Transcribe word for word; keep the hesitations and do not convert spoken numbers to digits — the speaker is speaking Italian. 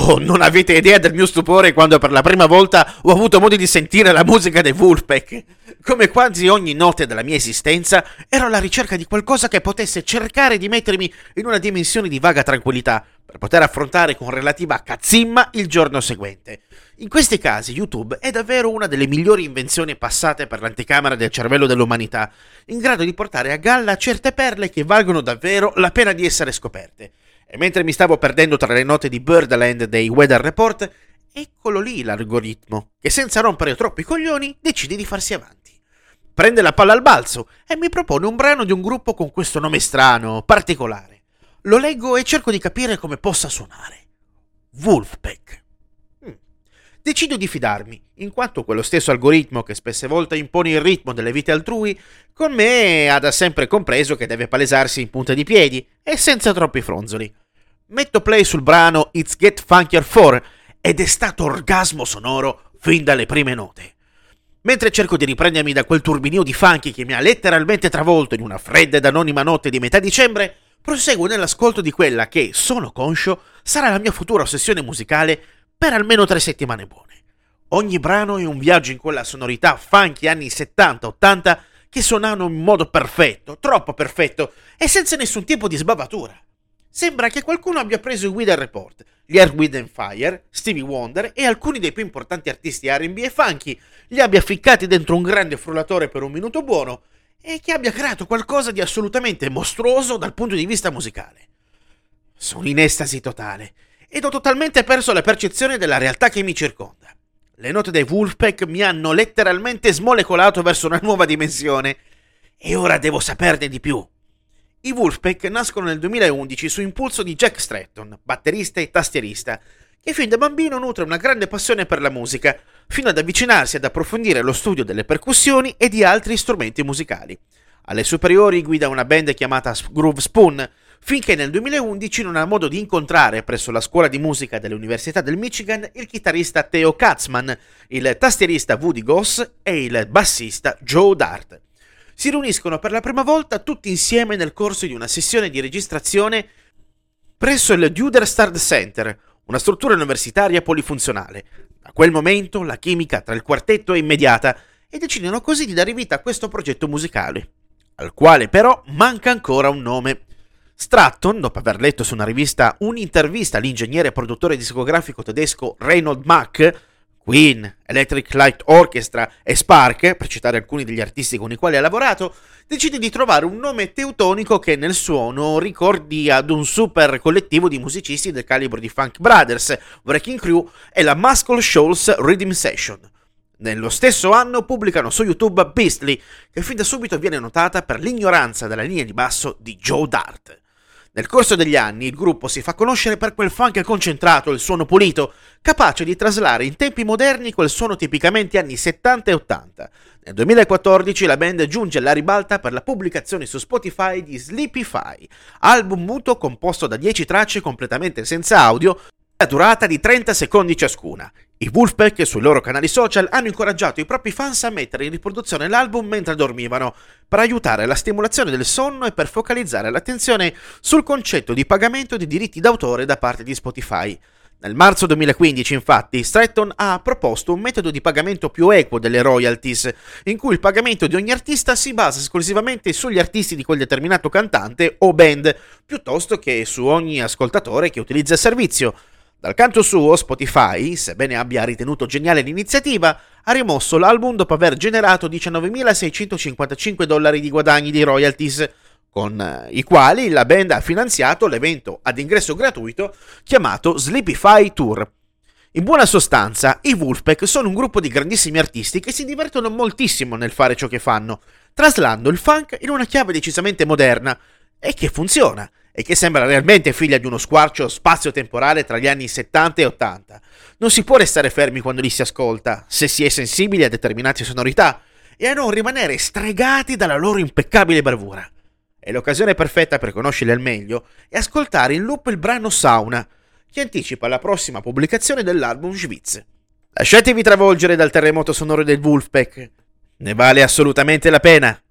Oh, non avete idea del mio stupore quando per la prima volta ho avuto modo di sentire la musica dei Wolfpack. Come quasi ogni notte della mia esistenza, ero alla ricerca di qualcosa che potesse cercare di mettermi in una dimensione di vaga tranquillità per poter affrontare con relativa cazzimma il giorno seguente. In questi casi YouTube è davvero una delle migliori invenzioni passate per l'anticamera del cervello dell'umanità, in grado di portare a galla certe perle che valgono davvero la pena di essere scoperte. E mentre mi stavo perdendo tra le note di Birdland dei Weather Report, eccolo lì l'algoritmo, che senza rompere troppi coglioni decide di farsi avanti. Prende la palla al balzo e mi propone un brano di un gruppo con questo nome strano, particolare. Lo leggo e cerco di capire come possa suonare. Wolfpack. Hmm. Decido di fidarmi, in quanto quello stesso algoritmo che spesse volte impone il ritmo delle vite altrui, con me ha da sempre compreso che deve palesarsi in punta di piedi e senza troppi fronzoli. Metto play sul brano It's Get Funkier four ed è stato orgasmo sonoro fin dalle prime note. Mentre cerco di riprendermi da quel turbinio di funky che mi ha letteralmente travolto in una fredda ed anonima notte di metà dicembre, proseguo nell'ascolto di quella che, sono conscio, sarà la mia futura ossessione musicale per almeno tre settimane buone. Ogni brano è un viaggio in quella sonorità funky anni settanta ottanta che suonano in modo perfetto, troppo perfetto e senza nessun tipo di sbavatura. Sembra che qualcuno abbia preso i Weather Report, gli Earth, Wind and Fire, Stevie Wonder e alcuni dei più importanti artisti R and B e funky, li abbia ficcati dentro un grande frullatore per un minuto buono e che abbia creato qualcosa di assolutamente mostruoso dal punto di vista musicale. Sono in estasi totale ed ho totalmente perso la percezione della realtà che mi circonda. Le note dei Wolfpack mi hanno letteralmente smolecolato verso una nuova dimensione e ora devo saperne di più. I Wolfpack nascono nel duemilaundici su impulso di Jack Stratton, batterista e tastierista, che fin da bambino nutre una grande passione per la musica, fino ad avvicinarsi ad approfondire lo studio delle percussioni e di altri strumenti musicali. Alle superiori guida una band chiamata Groove Spoon, finché nel duemilaundici non ha modo di incontrare presso la scuola di musica dell'Università del Michigan il chitarrista Theo Katzman, il tastierista Woody Goss e il bassista Joe Dart. Si riuniscono per la prima volta tutti insieme nel corso di una sessione di registrazione presso il Duderstad Center, una struttura universitaria polifunzionale. Da quel momento la chimica tra il quartetto è immediata e decidono così di dare vita a questo progetto musicale, al quale però manca ancora un nome. Stratton, dopo aver letto su una rivista un'intervista all'ingegnere e produttore discografico tedesco Reinhold Mack, Queen, Electric Light Orchestra e Spark, per citare alcuni degli artisti con i quali ha lavorato, decide di trovare un nome teutonico che nel suono ricordi ad un super collettivo di musicisti del calibro di Funk Brothers, Wrecking Crew e la Muscle Shoals Rhythm Session. Nello stesso anno pubblicano su YouTube Beastly, che fin da subito viene notata per l'ignoranza della linea di basso di Joe Dart. Nel corso degli anni il gruppo si fa conoscere per quel funk concentrato, il suono pulito, capace di traslare in tempi moderni quel suono tipicamente anni settanta e ottanta. Nel duemilaquattordici la band giunge alla ribalta per la pubblicazione su Spotify di Sleepify, album muto composto da dieci tracce completamente senza audio, a durata di trenta secondi ciascuna. I Wolfpack sui loro canali social hanno incoraggiato i propri fans a mettere in riproduzione l'album mentre dormivano, per aiutare la stimolazione del sonno e per focalizzare l'attenzione sul concetto di pagamento di diritti d'autore da parte di Spotify. Nel marzo duemilaquindici, infatti, Stratton ha proposto un metodo di pagamento più equo delle royalties, in cui il pagamento di ogni artista si basa esclusivamente sugli artisti di quel determinato cantante o band, piuttosto che su ogni ascoltatore che utilizza il servizio. Dal canto suo, Spotify, sebbene abbia ritenuto geniale l'iniziativa, ha rimosso l'album dopo aver generato diciannovemilaseicentocinquantacinque dollari di guadagni di royalties, con i quali la band ha finanziato l'evento ad ingresso gratuito chiamato Sleepify Tour. In buona sostanza, i Wolfpack sono un gruppo di grandissimi artisti che si divertono moltissimo nel fare ciò che fanno, traslando il funk in una chiave decisamente moderna, e che funziona, e che sembra realmente figlia di uno squarcio spazio-temporale tra gli anni settanta e ottanta. Non si può restare fermi quando li si ascolta, se si è sensibili a determinate sonorità, e a non rimanere stregati dalla loro impeccabile bravura. È l'occasione perfetta per conoscerli al meglio e ascoltare in loop il brano Sauna, che anticipa la prossima pubblicazione dell'album Schwitz. Lasciatevi travolgere dal terremoto sonoro del Wolfpack, ne vale assolutamente la pena.